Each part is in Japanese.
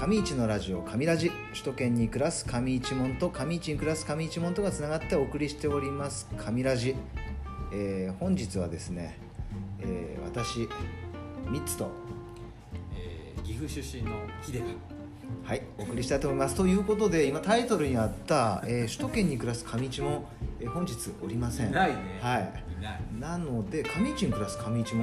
上市のラジオ上ラジ、首都圏に暮らす上市門と上市に暮らす上市門とがつながってお送りしております上ラジ。本日はですね、私ミッツと、 岐阜出身のヒデがはいお送りしたいと思います。ということで今タイトルにあった、首都圏に暮らす上市門、本日おりません。 いないね。 はい。 いない。 なので上市に暮らす上市門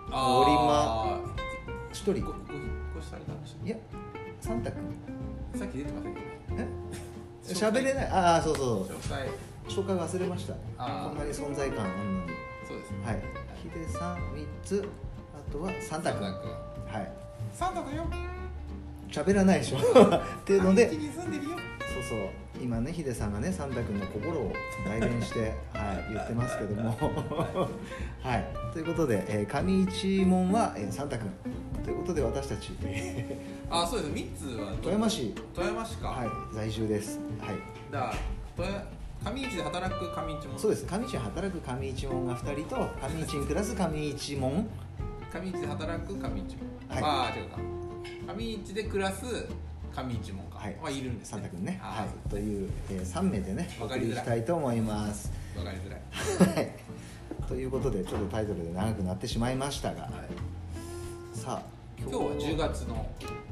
一人ご引っ越しされたんでしょ。 いやサンタ君さっき出てませんけど。 喋れない。ああそうそう紹介紹介忘れました。こんなに存在感あるのに。 そうですね。 はい。ヒデさん3つ、あとはサンタ君。はい。 サンタだよ。 喋らないでしょっていうので、 に住んでるよ。 そう今ねヒデさんがねサンタ君の心を代弁して、はい、言ってますけどもはいということで、上市門は、サンタ君ということで私たちそうです。3つは富山市か。 はい在住です。はい。 だ上市で働く上市門。 そうです。上市で働く上市門が2人と上市に暮らす上市門。 上市で働く上市門。 はい。 違うか。上市で暮らす上市門か。はいるんです、ね。 サンタ君ね。はい。という、3名でねお送りしたいと思います。 わかりづらい。 はい。ということでちょっとタイトルで長くなってしまいましたが、さあ今日は10月の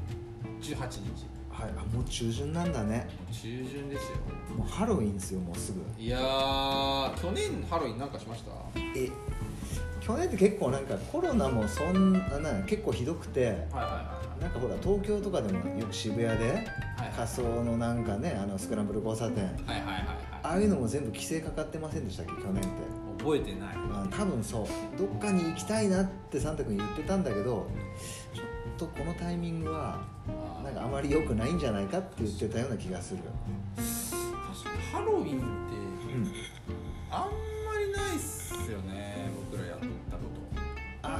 18日。 はい。もう中旬なんだね。 中旬ですよ。 もうハロウィンですよもうすぐ。 いやー去年ハロウィンなんかしました？ 去年って結構なんかコロナも結構ひどくて、なんかほら東京とかでもよく渋谷で仮装のなんかねスクランブル交差点、ああいうのも全部規制かかってませんでしたっけ去年って。 覚えてない。 多分そうどっかに行きたいなってサンタ君言ってたんだけど、ちょっとこのタイミングはなんかあまり良くないんじゃないかって言ってたような気がする。 確かにハロウィンって、あんまりないっすよね僕らやったこと。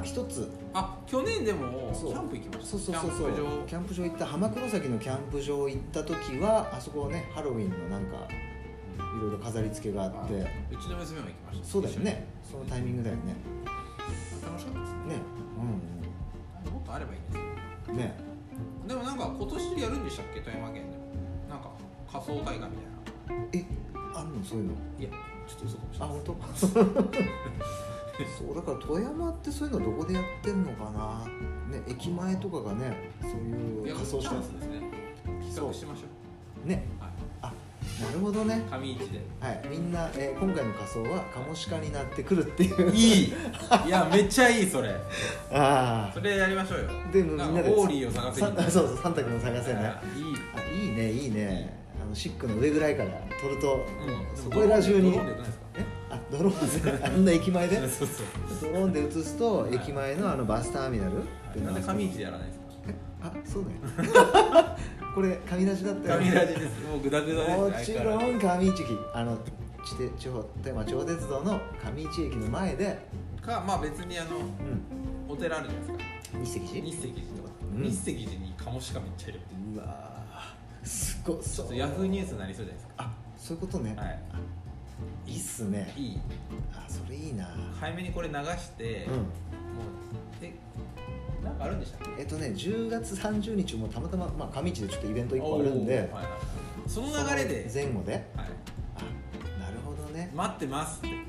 一つ去年でもキャンプ行きました。 そうキャンプ場行った。浜黒崎のキャンプ場行った時はあそこねハロウィンのなんかいろいろ飾り付けがあって、 うちの娘も行きました。 そうだよね。そのタイミングだよね。 楽しかったですね。もっとあればいいですね。 でもなんか今年やるんでしたっけ富山県でもなんか仮装大会みたいな。 あんのそういうの？ いやちょっと嘘かもしれない。 本当？そうだから富山ってそういうのどこでやってんのかな。ね駅前とかがねそういう仮装したんですね。 企画しましょう。ね。なるほどね。 上市で。 はい。みんな、今回の仮装はカモシカになってくるっていう。 いやめっちゃいいそれ。それやりましょうよ。 でもみんなでオーリーを探せに。 そうサンタ君を探せね。いいね。シックの上ぐらいから撮ると、そこら中に。ドローンであんな駅前で。ドローンで映すと駅前のバスターミナル。 なんで上市でやらないですか？ そうだよ。これ上ラジだったよ。 上ラジです。もうグダグダです。 もちろん上市駅富山地方鉄道の上市駅の前で別にお寺あるじゃないですか。日石寺とか。日石寺にカモシカめっちゃいる。 うわすごい。 ちょっとヤフーニュースになりそうじゃないですか。 そういうことね。いいっすね。 いい。 それいいな。 早めにこれ流して。もうなんかあるんでしたっけ ？10月30日もたまたま上市でちょっとイベント1個あるんで、 その流れで前後で、なるほどね。 待ってますって。はい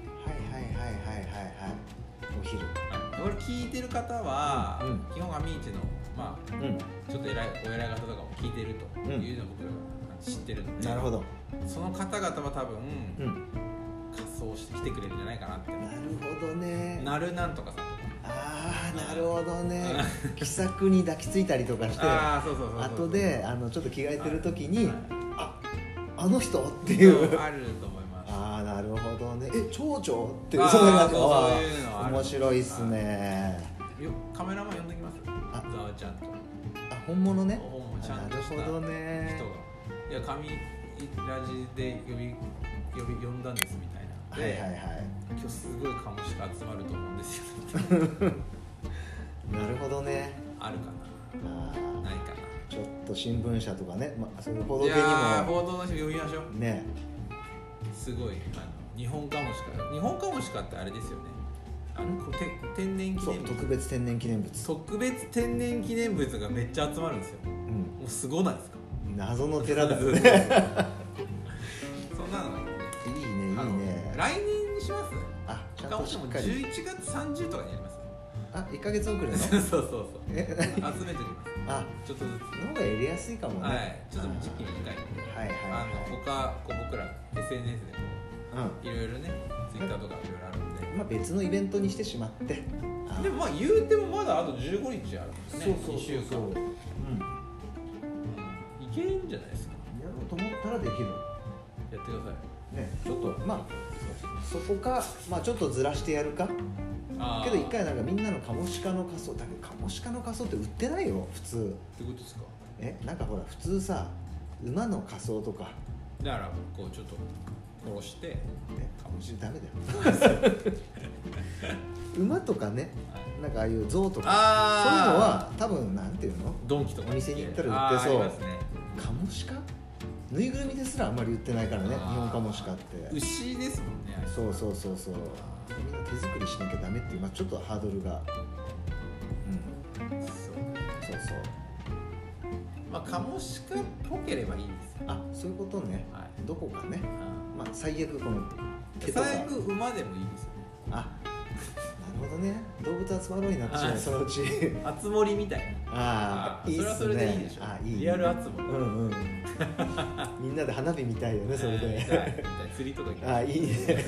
お昼。 俺聞いてる方は基本上市のちょっとお偉い方とかも聞いてるというのを僕が知ってるので、 なるほど。 その方々は多分仮装してきてくれるんじゃないかなって。 なるほどね。 なるなんとかさんとか。 なるほどね。気さくに抱きついたりとかして、後でちょっと着替えてる時にあの人っていうあると思います。 なるほどね。町長っていうそういうの面白いっすね。 カメラマン呼んできます。ざわちゃんと。 本物ね。 ちゃんとしたなるほどね。 人が上ラジで呼んだんですみたいな。今日すごいカモシカ集まると思うんですよ。 なるほどね。 あるかな。ないかな。 ちょっと新聞社とかね、そういう報道系にも。 報道の人呼びましょう。 ね。 すごい日本カモシカってあれですよね。天然記念物。 特別天然記念物。 特別天然記念物がめっちゃ集まるんですよ。もうすごないですか？ 謎の寺だね。 そんなのがいいね、いいね。 来年にします？ あ、ちゃんとしっかり。 11月30とかにやります。 あ、1ヶ月遅れの？ そう集めておきます。 あ、 ちょっとずつの方がやりやすいかもね。 はい、ちょっと時期短いんで、 はいはいはい、 他僕ら SNS でいろいろね、ツイッターとかいろいろあるんで、 まあ別のイベントにしてしまって。 でもまあ言うてもまだあと15日あるんですね。 そう 2週間。いけるんじゃないですか。 やろうと思ったらできる。 やってください。 ね、ちょっとまあそこか、まあちょっとずらしてやるか。けど一回なんかみんなのカモシカの仮装だけど、カモシカの仮装って売ってないよ普通。 ってことですか？ なんかほら普通さ、馬の仮装とかだからこうちょっと殺してカモシカダメだよ。馬とかね、なんかああいう象とかそういうのは多分なんていうの、 ドンキとかお店に行ったら売ってそう。 ありますね。 カモシカぬいぐるみですらあんまり売ってないからね、日本カモシカって。 牛ですもんね。 そうみんな手作りしなきゃダメっていう、まあ、ちょっとハードルが、そうまあカモシカっぽければいいんですよ。 あ、そういうことね、はい、どこかね、まあ最悪この手とか最悪馬でもいいですよね。 あ、なるほどね、動物集まろうになっちゃう、そのうちあつ森みたいな。 ああ、いいっすね。 それはそれでいいでしょ。いいリアルあつ森。 みんなで花火見たいよね、それで。 釣りとか。 あ、いいね。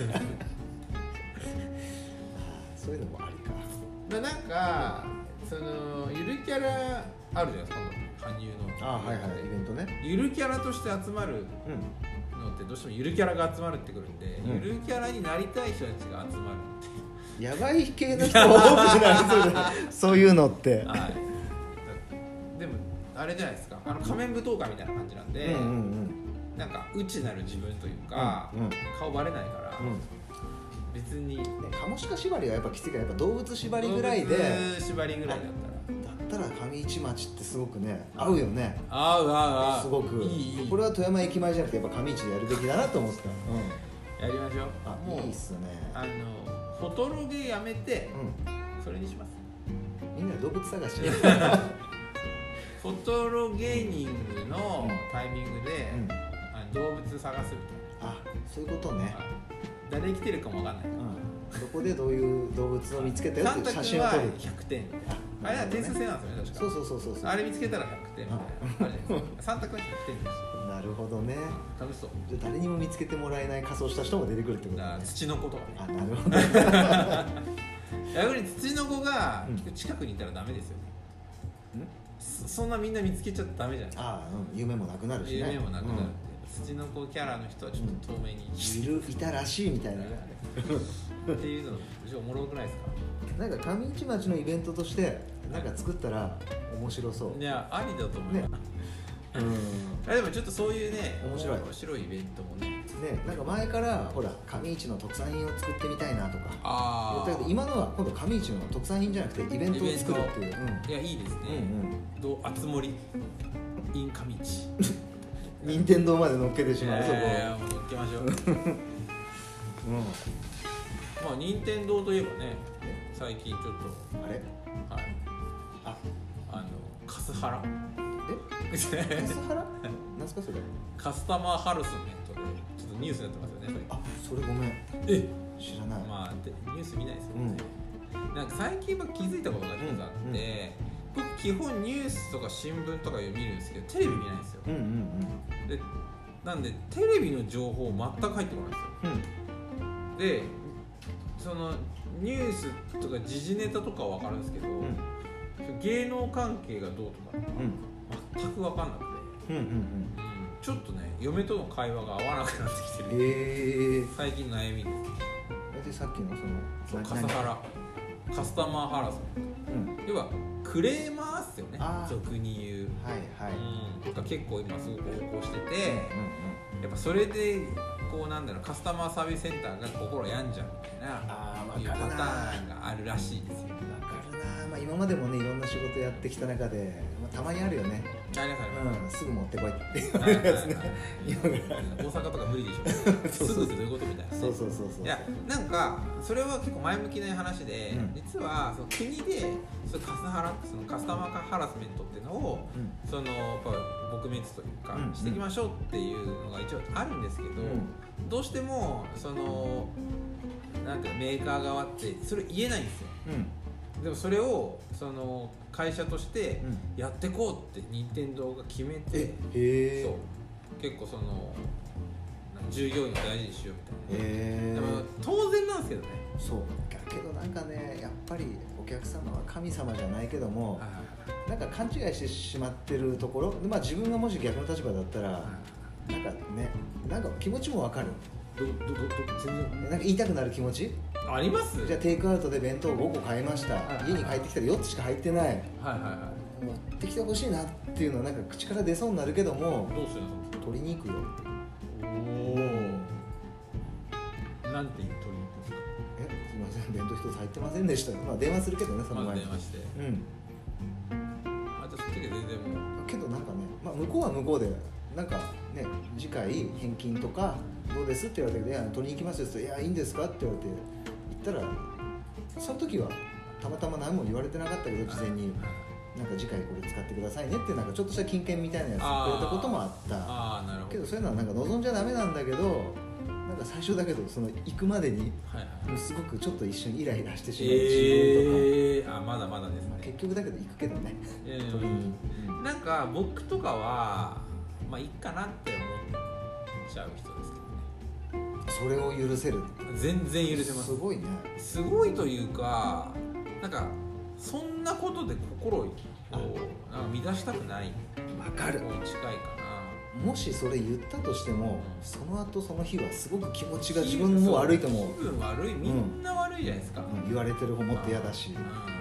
そういうのもありか。 なんかそのゆるキャラあるじゃないですか、羽生の。 あ、はいはい、イベントね。 ゆるキャラとして集まるのってどうしてもゆるキャラが集まるってくるんで、ゆるキャラになりたい人たちが集まるっていう。 やばい系の人多くない？そういうのって。はい。 でもあれじゃないですか、仮面舞踏会みたいな感じなんで、なんか内なる自分というか、顔バレないから。別に、ね、 カモシカ縛りはやっぱきついから、やっぱ動物縛りぐらいで、 動物縛りぐらいだったら上市町ってすごくね、合うよね。 合うすごくいい。これは富山駅前じゃなくてやっぱ上市でやるべきだなと思った。 やりましょう。 もういいっすね。 フォトロゲやめて、それにします。 みんな動物探し。 フォトロゲーニングのタイミングで、動物探すみたいな。 あ、そういうことね。 誰来てるかもわかんない。 そこでどういう動物を見つけたよって写真を撮る。 100点。あれは点数制なんですよね、確か。 そう。 あれ見つけたら100点みたいな。3択は100点ですよ。 なるほどね。 楽しそう。 じゃあ誰にも見つけてもらえない仮装した人も出てくるってことね。 土の子とかね。 あ、なるほど。 逆に土の子が近くにいたらダメですよね。そんなみんな見つけちゃダメじゃないですか。 夢もなくなるしね。 夢もなくなる。土の子キャラの人はちょっと遠目にいたらしいみたいなね。 っていうのおもろくないですか？ なんか上市町のイベントとしてなんか作ったら面白そう。 いや、ありだと思うね。でもちょっとそういうね、面白いイベントもね。 なんか前からほら上市の特産品を作ってみたいなとか言ったけど、今のは今度上市の特産品じゃなくてイベントを作るっていう。 いや、いいですね。あつ森 in 上市。 任天堂まで乗っけてしまう。そこ。 もう乗っけましょう。まあ任天堂といえばね、最近ちょっとあれ、 はい、カスハラ。 カスハラ？なんすかそれ？ カスタマーハラスメントでちょっとニュースになってますよね。 あ、それごめん。知らない。 まあニュース見ないですよね。なんか最近気づいたことが一つあって、僕基本ニュースとか新聞とか見るんですけどテレビ見ないんですよ。で、なんでテレビの情報全く入ってこないんですよ。で、そのニュースとか時事ネタとかは分かるんですけど、芸能関係がどうとか全く分かんなくて、ちょっとね、嫁との会話が合わなくなってきてる。最近の悩みです。 で、さっきのそのカスハラ、カスタマーハラスメント、要はクレーマーっすよね、俗に言う。が結構今すごく横行してて、やっぱそれでこうなんだろう、カスタマーサービスセンターが心病んじゃうみたいないうパターンがあるらしいですよ。 わかるな。まあ今今までもねいろんな仕事やってきた中で、たまにあるよね。すぐ持ってこいって言われるやつね。 大阪とか無理でしょ。すぐってどういうことみたいな。 そういやなんかそれは結構前向きな話で、実はその国でそのカスタマーハラスメントっていうのを、その撲滅というかしていきましょうっていうのが一応あるんですけど、どうしてもそのなんていうのメーカー側ってそれ言えないんですよ。でもそれをその会社としてやってこうって任天堂が決めて、そう結構その従業員を大事にしようみたいな、でも当然なんですけどね。 そうだけどなんかねやっぱりお客様は神様じゃないけども、なんか勘違いしてしまってるところ、自分がもし逆の立場だったら、なんかねなんか気持ちもわかる。全然なんか言いたくなる気持ちあります。 じゃあテイクアウトで弁当5個買いました、家に帰ってきたら4つしか入ってない、持ってきてほしいなっていうのはなんか口から出そうになるけども、 どうするの？ 取りに行くよ。 なんて取りに行くんですか？ すみません弁当1つ入ってませんでした。電話するけどね、その前に電話してあとその時全然もうけどなんかね、向こうは向こうでなんかね次回返金とかどうですって言われて、いや取りに行きますよって言って、いやいいんですかって言われて言ったら、その時はたまたま何も言われてなかったけど事前になんか次回これ使ってくださいねってなんかちょっとした金券みたいなやつくれたこともあった。 なるほど。 けどそういうのはなんか望んじゃダメなんだけど、なんか最初だけどその行くまでにすごくちょっと一瞬イライラしてしまう自分とか、 まだまだですね。 結局だけど行くけどね、取りに、 なんか僕とかはいいかなって思っちゃう人ですけどね。 それを許せる。 全然許せます。 すごいね。 すごいというか、なんかそんなことで心をなんか乱したくない。 わかる。 近いかな。 もしそれ言ったとしても、その後その日はすごく気持ちが自分も悪いと思う。 気分悪い、みんな悪いじゃないですか。 言われてる方もって嫌だし。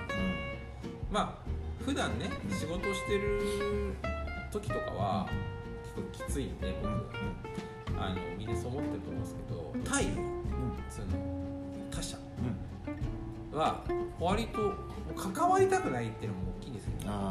普段ね仕事してる時とかは結構きついんで、僕みんなそう思ってると思うんですけど、対その他者は割と関わりたくないっていうのも大きいんですけど、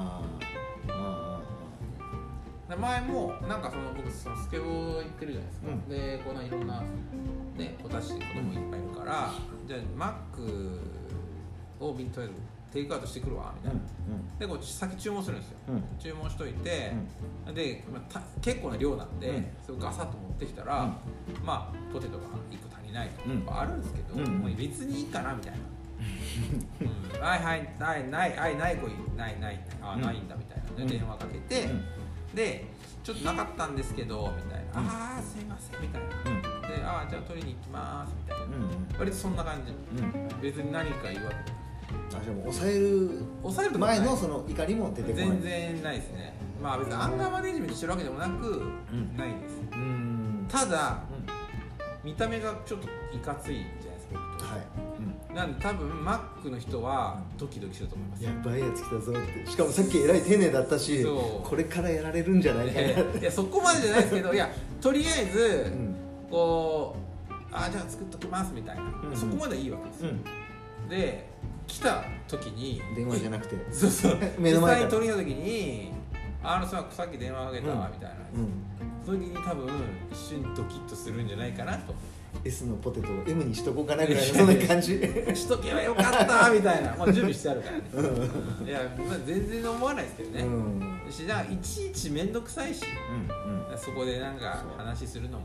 前もなんか僕そのスケボー行ってるじゃないですか、でこんないろんなね子たち子供いっぱいいるから、じゃあマックをみんなとりあえずテイクアウトしてくるわみたいな、でこう先注文するんですよ、注文しといて、で、結構な量なんで、それをガサッと持ってきたら、ポテトが1個足りないとかあるんですけど、別にいいかなみたいな、ない子ないんだみたいな、電話かけて、でちょっとなかったんですけどみたいな、すいませんみたいな、でじゃあ取りに行きますみたいな、割とそんな感じ、別に何か言われて、 じゃあもう抑える前のその怒りも出てこない。 全然ないですね。別にアンガーマネジメントしてるわけでもなく、ないです。ただ、見た目がちょっといかついじゃないですか、僕と。なんで多分マックの人はドキドキすると思います。 やばいやつ来たぞって。しかもさっきえらい丁寧だったし、これからやられるんじゃないかな。 いやそこまでじゃないですけど、いやとりあえずこうじゃあ作っときますみたいな、そこまでいいわけですよ。で来た時に電話じゃなくて、 目の前から実際に取りに行った時にさっき電話かけたわみたいな、その時に多分一瞬ドキッとするんじゃないかなと。 S のポテトを M にしとこうかなぐらいのそんな感じしとけばよかったみたいな、準備してあるからね。いや全然思わないですけどね、じゃあいちいち面倒くさいし、そこでなんか話するのも、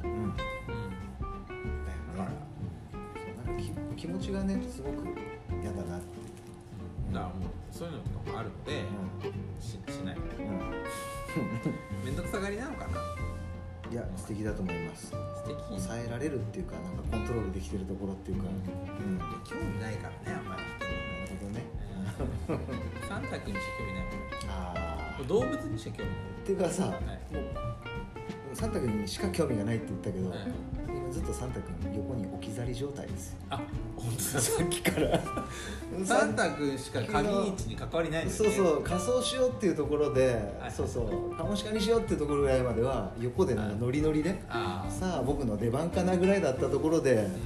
気持ちがねすごく嫌だなって。 だからもうそういうのとかもあるので、しない。面倒くさがりなのかな。 いや素敵だと思います。 素敵。 抑えられるっていうか、なんかコントロールできてるところっていうか、 興味ないからね、あんまり。 なるほどね。 サンタ君にしか興味ないもん。動物にしか興味ない。 っていうかさ、もうサンタ君にしか興味がないって言ったけど、今ずっとサンタ君横に置き去り状態ですよ。 本当だ。 さっきからサンタ君しか神市に関わりないんですね。 そう仮装しようっていうところで、カモシカにしようっていうところぐらいまでは横でなんかノリノリで、さあ僕の出番かなぐらいだったところで、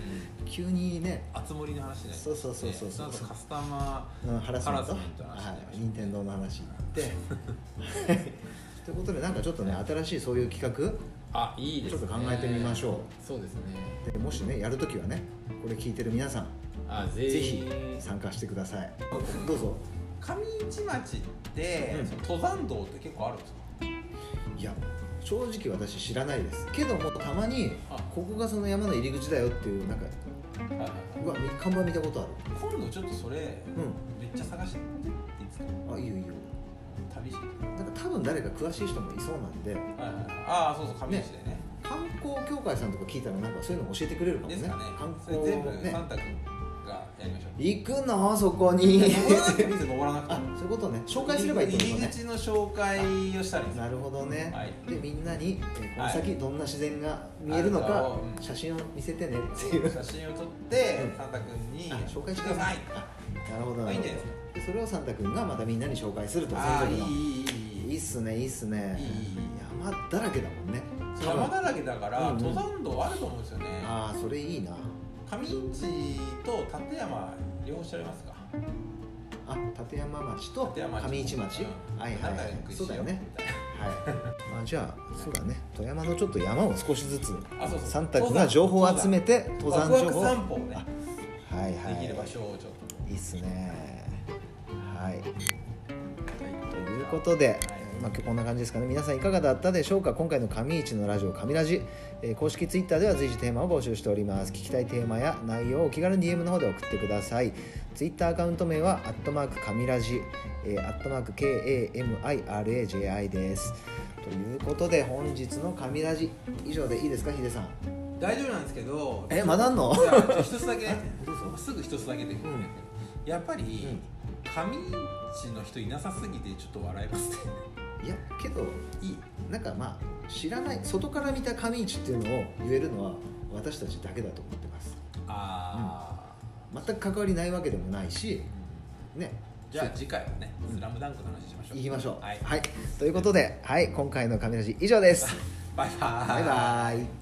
急にねあつ森の話ね。 そうそうそうそう、 なんかカスタマーハラスメント、任天堂の話でということでなんかちょっとね新しいそういう企画いいですね、 ちょっと考えてみましょう。そうですね。 でもしねやるときはねこれ聞いてる皆さんぜひ参加してください。どうぞ。 上市町って、登山道って結構あるんですか？ いや正直私知らないですけども、たまにここがその山の入り口だよっていうなんか看板見たことある。 今度ちょっとそれ、めっちゃ探してっていいですか？ いいよいいよ。 旅してなんか多分誰か詳しい人もいそうなんで、 そうそう上市でね、 観光協会さんとか聞いたらなんかそういうの教えてくれるかもね。 ですかね。 観光全部サンタ君がやりましょう。 行くのそこに登らなくていいですよ。登らなくても。 そういうことね。紹介すればいいってことね。 入り口の紹介をしたらいいです。 なるほどね。でみんなにこの先どんな自然が見えるのか写真を見せてねっていう。 写真を撮ってサンタ君に紹介してください。なるほど。いいんじゃないですか。でそれをサンタ君がまたみんなに紹介すると。いいっすねいいっすね。山だらけだもんね。 山だらけだから登山道あると思うんですよね。 それいいな。 上市と立山両方調べますか？ 立山町と上市町。そうだよね。じゃあそうだね。富山のちょっと山を少しずつサンタ君が情報を集めて登山情報。 散歩をね。できる場所をちょっと。 いいっすね。はい。ということで。今日こんな感じですかね。皆さんいかがだったでしょうか。今回の上市のラジオ神ラジ、公式ツイッターでは随時テーマを募集しております。聞きたいテーマや内容をお気軽に DM の方で送ってください。ツイッターアカウント名は神ラジ、@KAMIRAJI です。ということで本日の神ラジ以上でいいですか、ヒデさん。 大丈夫なんですけど。 まだあんの？ 一つだけすぐ一つだけで、やっぱり上市の人いなさすぎてちょっと笑いますね。 いやけどなんか知らない外から見た上市っていうのを言えるのは私たちだけだと思ってます。全く関わりないわけでもないし、ね。 じゃあ次回はね、スラムダンクの話しましょう。 行きましょう。はい。ということで、今回の神ラジ以上です。 バイバイ。 バイバイ。